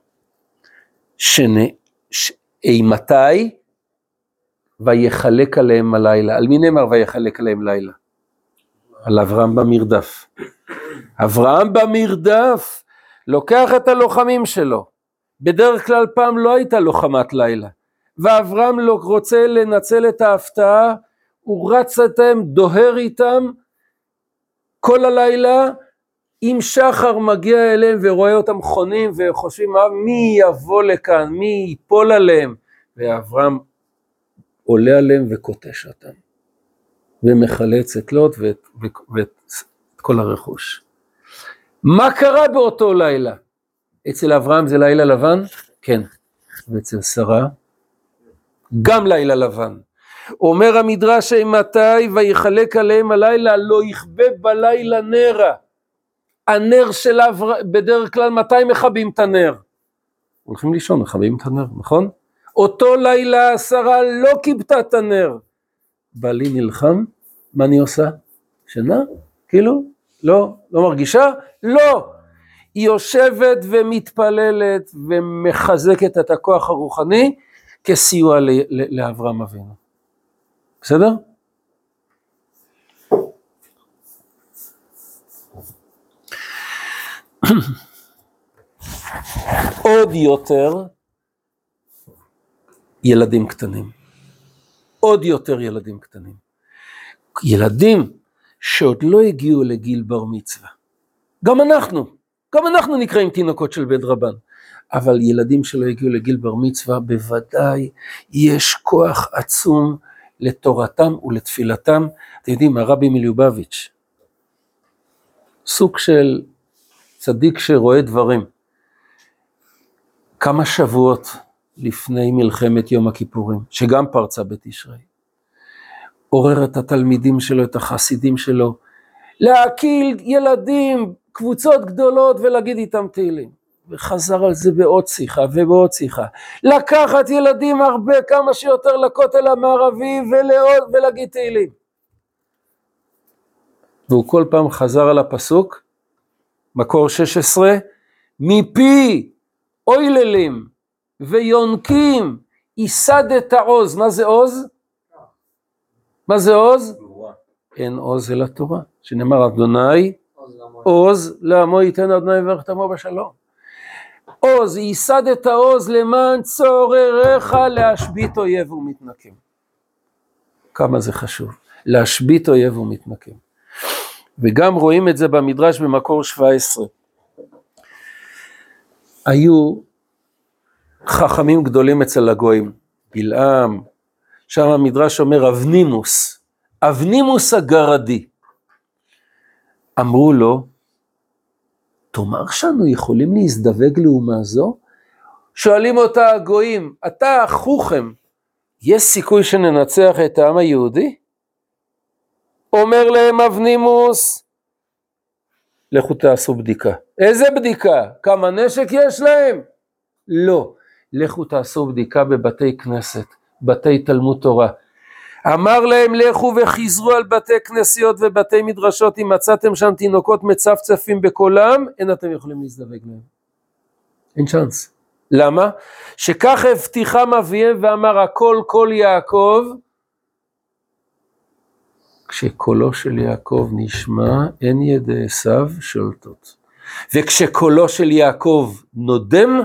אימתי, ויחלק עליהם הלילה. על מי נאמר ויחלק עליהם לילה? על אברהם במרדף. אברהם במרדף לוקח את הלוחמים שלו. בדרך כלל פעם לא הייתה לוחמת לילה. ואברהם לא רוצה לנצל את ההפתעה, הוא רץ איתם, דוהר איתם, כל הלילה, אם שחר מגיע אליהם ורואה אותם חונים וחושבים, מי יבוא לכאן, מי ייפול עליהם, ואברהם עולה עליהם וקוטש אותם, ומחלץ את לוט ואת כל הרכוש. מה קרה באותו לילה? אצל אברהם זה לילה לבן? כן. ואצל שרה? גם לילה לבן. אומר המדרש אימתי ויחלק עליהם הלילה, לא יכבה בלילה נרה. הנר של אברהם, בדרך כלל מתי מכבים את הנר? הולכים לישון, מכבים את הנר, נכון? אותו לילה שרה לא קיבתה את הנר. בעלי נלחם, מה אני עושה? שנה? כאילו? לא מרגישה? לא. היא יושבת ומתפללת ומחזקת את הכוח הרוחני כסיוע לאברהם אבינו. בסדר? עוד יותר ילדים קטנים. עוד יותר ילדים קטנים. ילדים שעוד לא הגיעו לגיל בר מצווה. גם אנחנו נקראים תינוקות של בית רבן. אבל ילדים שלא הגיעו לגיל בר מצווה, בוודאי יש כוח עצום לתורתם ולתפילתם. אתם יודעים, הרבי מליובביץ', סוג של צדיק שרואה דברים. כמה שבועות לפני מלחמת יום הכיפורים, שגם פרצה בתשרי, עורר את התלמידים שלו, את החסידים שלו, להקיל ילדים, קבוצות גדולות ולהגיד איתם תהילים. וחזר על זה בעוד שיחה ובעוד שיחה. לקחת ילדים הרבה, כמה שיותר לכותל המערבי ולהגיד תהילים. והוא כל פעם חזר על הפסוק, מקור 16, מפי אויללים ויונקים ייסד את העוז. מה זה עוז? מה זה עוז? אין עוז אלא תורה. שנאמר אדוני, עוז לעמו ייתן אדוני יברך עמו בשלום. עוז, ייסד את העוז למען צורריך להשבית אויב ומתנקם. כמה זה חשוב, להשבית אויב ומתנקם. וגם רואים את זה במדרש במקור 17. היו חכמים גדולים אצל הגויים, בלעם, שם המדרש אומר אבנימוס הגרדי. אמרו לו, תאמר שאנו יכולים להזדווג לאומה זו? שואלים אותה הגויים, אתה חוכם, יש סיכוי שננצח את העם היהודי? אומר להם אבנימוס, לכו תעשו בדיקה. איזה בדיקה? כמה נשק יש להם? לא. לכו תעשו בדיקה בבתי כנסת, בתי תלמוד תורה. אמר להם לכו וחיזרו על בתי כנסיות ובתי מדרשות, אם מצאתם שם תינוקות מצפצפים בקולם, אין אתם יכולים להזדווג להם. אין צ'אנס. למה? שכך הבטיחם אביהם ואמר הכל קול יעקב, כשקולו של יעקב נשמע, אין ידי עשיו שולטות. וכשקולו של יעקב נודם,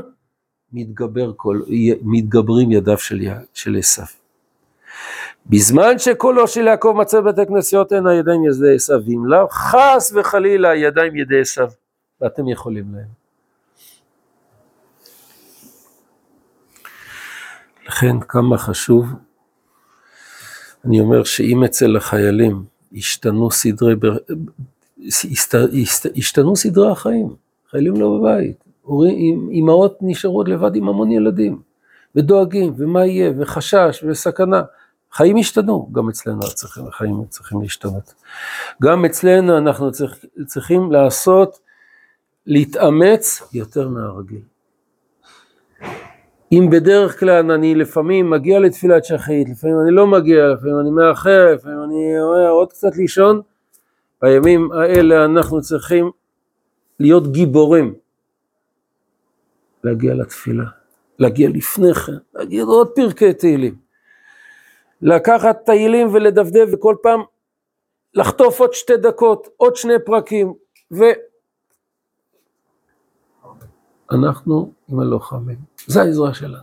מתגברים ידיו של עשיו. בזמן שקולו של יעקב מצא בתי כנסיות, אין הידיים ידי עשיו, ואם לא, חס וחלילה הידיים ידי עשיו, ואתם יכולים להם. לכן כמה חשוב, אני אומר שאם אצל החיילים השתנו סדרי החיים, חיילים לא בבית, אמהות נשארות לבד עם המון ילדים, ודואגים, ומה יהיה, וחשש, וסכנה, חיים השתנו, גם אצלנו החיים צריכים להשתנות. גם אצלנו אנחנו צריכים להתאמץ יותר מהרגיל. אם בדרך כלל אני לפעמים מגיע לתפילת שחרית, לפעמים אני לא מגיע, לפעמים אני מאחר, לפעמים אני אומר עוד קצת לישון, בימים האלה אנחנו צריכים להיות גיבורים, להגיע לתפילה, להגיע לפני כן, להגיע עוד פרקי תהילים, לקחת תהילים ולדפדף וכל פעם לחטוף עוד 2 דקות, עוד 2 פרקים, אנחנו עם הלוחמים, זה העזרה שלנו.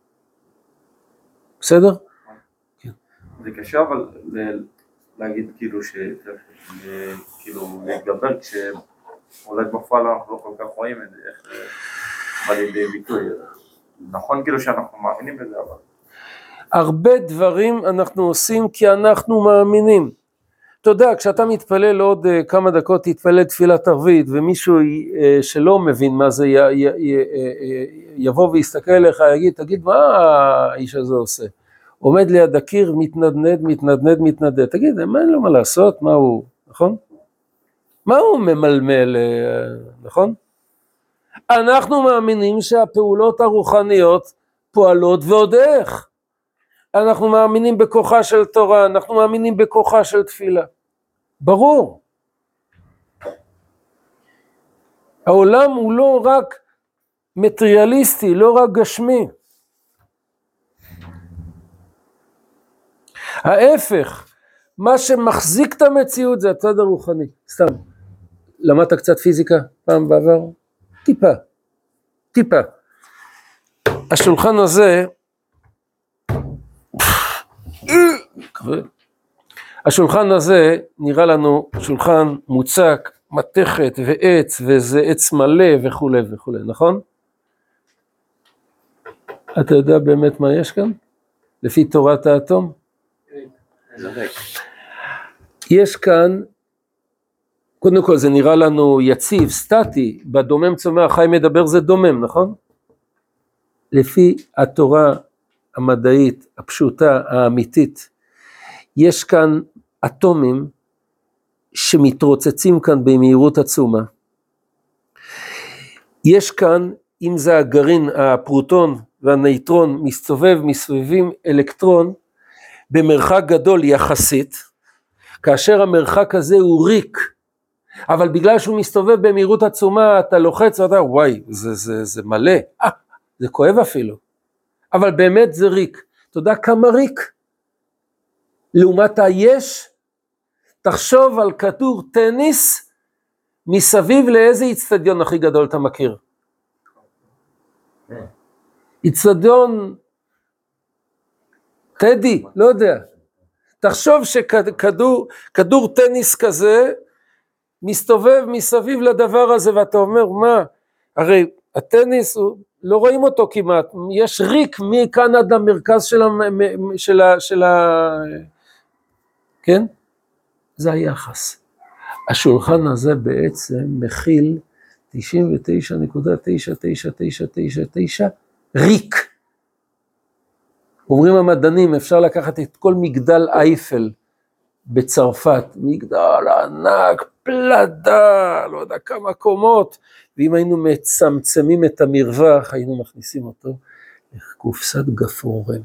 בסדר? כן. זה קשה אבל להגיד כאילו להתגבר כשאולי בפועל אנחנו לא כל כך רואים את זה, איך בא לידי ביטוי. נכון כאילו שאנחנו מאמינים בזה, אבל הרבה דברים אנחנו עושים כי אנחנו מאמינים. אתה יודע, כשאתה מתפלל עוד כמה דקות, תתפלל תפילת ערבית, ומישהו שלא מבין מה זה יבוא ויסתכל עליך, יגיד, תגיד, מה האיש הזה עושה? עומד ליד הקיר, מתנדנד. תגיד, אין לו מה לעשות? מה הוא, נכון? מה הוא ממלמל, נכון? אנחנו מאמינים שהפעולות הרוחניות פועלות ועוד איך. אנחנו מאמינים בכוחה של תורה, אנחנו מאמינים בכוחה של תפילה. ברור. העולם הוא לא רק מטריאליסטי, לא רק גשמי. ההפך, מה שמחזיק את המציאות זה הצד הרוחני. סתם, למדת קצת פיזיקה פעם בעבר? טיפה. השולחן הזה, השולחן הזה נראה לנו שולחן מוצק, מתכת ועץ, וזה עץ מלא וכו' וכו', נכון? אתה יודע באמת מה יש כאן? לפי תורת האטום? יש כאן, קודם כל זה נראה לנו יציב, סטטי, בדומם צומח, חי מדבר זה דומם, נכון? לפי התורה המדעית, הפשוטה, האמיתית, יש כאן אטומים שמתרוצצים כאן במהירות עצומה. יש כאן, אם זה הגרעין, הפרוטון והנייטרון מסתובבים אלקטרון במרחק גדול יחסית, כאשר המרחק הזה הוא ריק, אבל בגלל שהוא מסתובב במהירות עצומה, אתה לוחץ ואתה, וואי, זה מלא, זה כואב אפילו, אבל באמת זה ריק. אתה יודע כמה ריק? לעומת היש, תחשוב על כדור טניס, מסביב לאיזה אצטדיון הכי גדול אתה מכיר? אצטדיון טדי, לא יודע. תחשוב שכדור טניס כזה, מסתובב מסביב לדבר הזה, ואתה אומר, מה? הרי הטניס, לא רואים אותו כמעט, יש ריק מכאן עד למרכז של כן? זה היחס. השולחן הזה בעצם מכיל 99.999999 ריק. אומרים המדענים, אפשר לקחת את כל מגדל אייפל בצרפת, מגדל ענק, פלדה, לא יודע כמה קומות, ואם היינו מצמצמים את המרווח, היינו מכניסים אותו לקופסת גפרורים.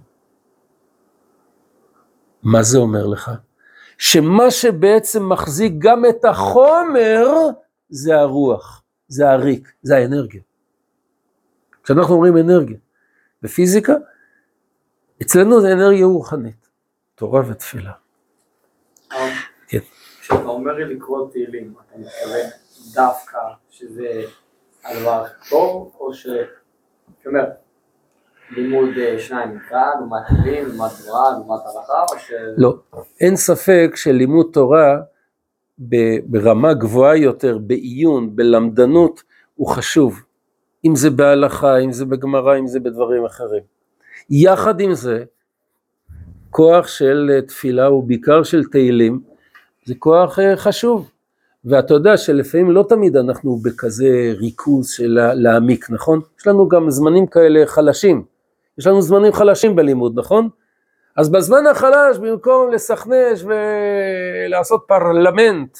מה זה אומר לך? שמה שבעצם מחזיק גם את החומר, זה הרוח, זה הריק, זה האנרגיה. כשאנחנו אומרים אנרגיה, בפיזיקה, אצלנו זה אנרגיה רוחנית, תורה ותפילה. כן. כשאתה אומר לי לקרוא תהילים, אתה מתכוון דווקא שזה הדבר טוב, או שאומר, לימוד שניים מקרא, לעומת תהילים, לעומת תורה, לעומת הלכה, או לא, אין ספק שלימוד תורה ברמה גבוהה יותר, בעיון, בלמדנות, הוא חשוב. אם זה בהלכה, אם זה בגמרא, אם זה בדברים אחרים. יחד עם זה, כוח של תפילה ובעיקר של תהילים, זה כוח חשוב. ואתה יודע שלפעמים לא תמיד אנחנו בכזה ריכוז של להעמיק, נכון? יש לנו גם זמנים כאלה חלשים. יש לנו זמנים חלשים בלימוד, נכון? אז בזמן החלש, במקום לסכנש ולעשות פרלמנט,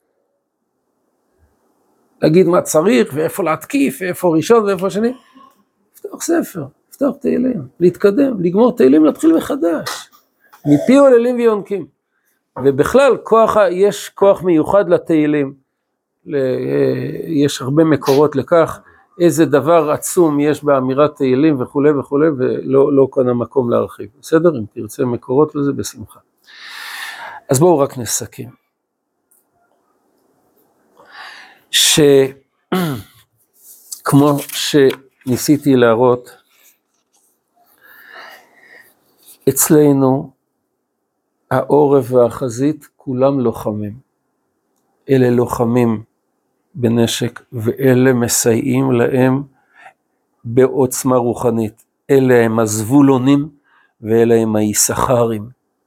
להגיד מה צריך ואיפה להתקיף, ואיפה ראשון ואיפה שני, לפתוח ספר, לפתוח תהילים, להתקדם, לגמור תהילים, להתחיל מחדש. מפי עוללים ויונקים. ובכלל, יש כוח מיוחד לתהילים. יש הרבה מקורות לכך, איזה דבר עצום יש באמירת תהילים וכו' וכו', ולא כאן המקום להרחיב. בסדר? אם תרצה מקורות לזה, בשמחה. אז בואו רק נסכם. כמו שניסיתי להראות, אצלנו העורף והחזית כולם לוחמים. אלה לוחמים בנשק, ואלה מסייעים להם בעוצמה רוחנית. אלה הם הזבולונים, ואלה הם היששכרים.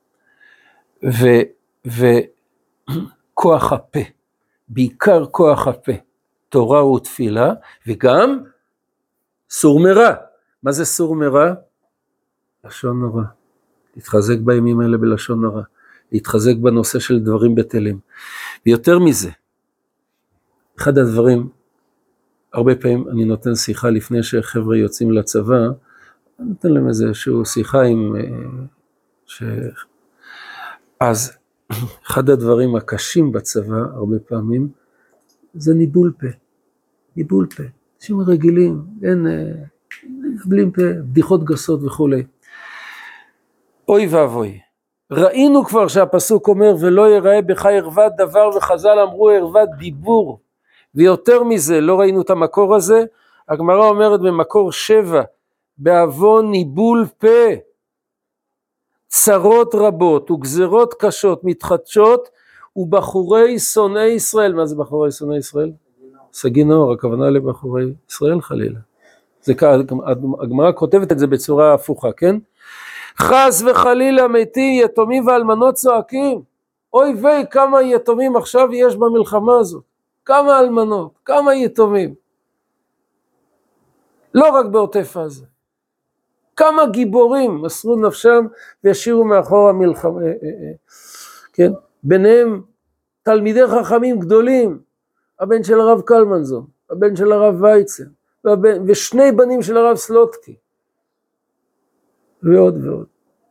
וכוח הפה, בעיקר כוח הפה, תורה ותפילה, וגם סור מרע. מה זה סור מרע? לשון הרע. להתחזק בימים האלה בלשון הרע. להתחזק בנושא של דברים בטלים. ויותר מזה, אחד הדברים, הרבה פעמים אני נותן שיחה לפני שחבר'ה יוצאים לצבא, אני נותן להם איזשהו שיחה עם... אז אחד הדברים הקשים בצבא, הרבה פעמים, זה ניבול פה. ניבול פה. אנשים רגילים, אין... ניבלים פה, בדיחות גסות וכו'. אוי ואבוי. ראינו כבר שהפסוק אומר, ולא יראה בך ערוות דבר, וחז"ל אמרו ערוות דיבור, ויותר מזה, לא ראינו את המקור הזה, הגמרא אומרת במקור 7, בעוון ניבול פה, צרות רבות וגזרות קשות מתחדשות, ובחורי שונאי ישראל. מה זה בחורי שונאי ישראל? סגי נאור, הכוונה לבחורי ישראל חלילה. הגמרא כותבת את זה בצורה הפוכה, כן? חס וחלילה מתים יתומים ואלמנות צועקים. אוי ויי, כמה יתומים עכשיו יש במלחמה הזאת. כמה אלמנות, כמה יתומים. לא רק בעוטף עזה. כמה גיבורים מסרו נפשם וישירו מאחור המלחמה. כן? ביניהם תלמידי חכמים גדולים. הבן של הרב קלמנזון, הבן של הרב וייצן, ושני בנים של הרב סלוטקי. ועוד ועוד.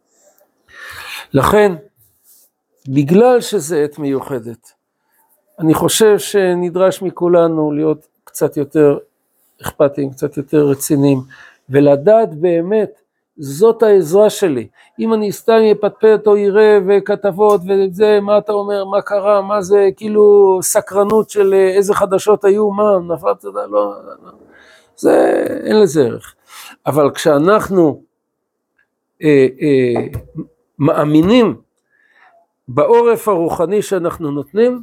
לכן, בגלל שזה עת מיוחדת, אני חושב שנדרש מכולנו להיות קצת יותר אכפתיים, קצת יותר רציניים, ולדעת באמת, זאת העזרה שלי. אם אני סתם יפטפט או יראה וכתבות וזה, מה אתה אומר, מה קרה, מה זה, כאילו סקרנות של איזה חדשות היו, מה, נפלת, לא, זה, אין לזה ערך. אבל כשאנחנו מאמינים בעורף הרוחני שאנחנו נותנים,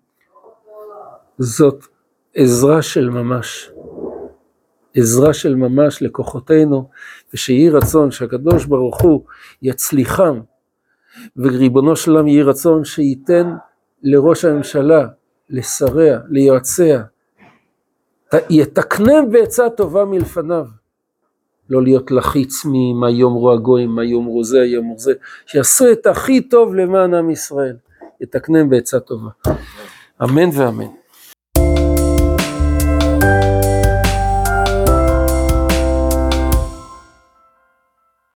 זאת עזרה של ממש. עזרה של ממש לכוחותינו, ושיהי רצון שהקדוש ברוך הוא יצליחם, וריבונו של עולם יהי רצון שייתן לראש הממשלה, לשריה, ליועציה, יתקנם בעצה טובה מלפניו, לא להיות לחיץ ממה יאמרו הגויים, מה יאמרו זה, יאמרו זה, שיעשו את הכי טוב למען עם ישראל, יתקנם בעצה טובה. אמן ואמן.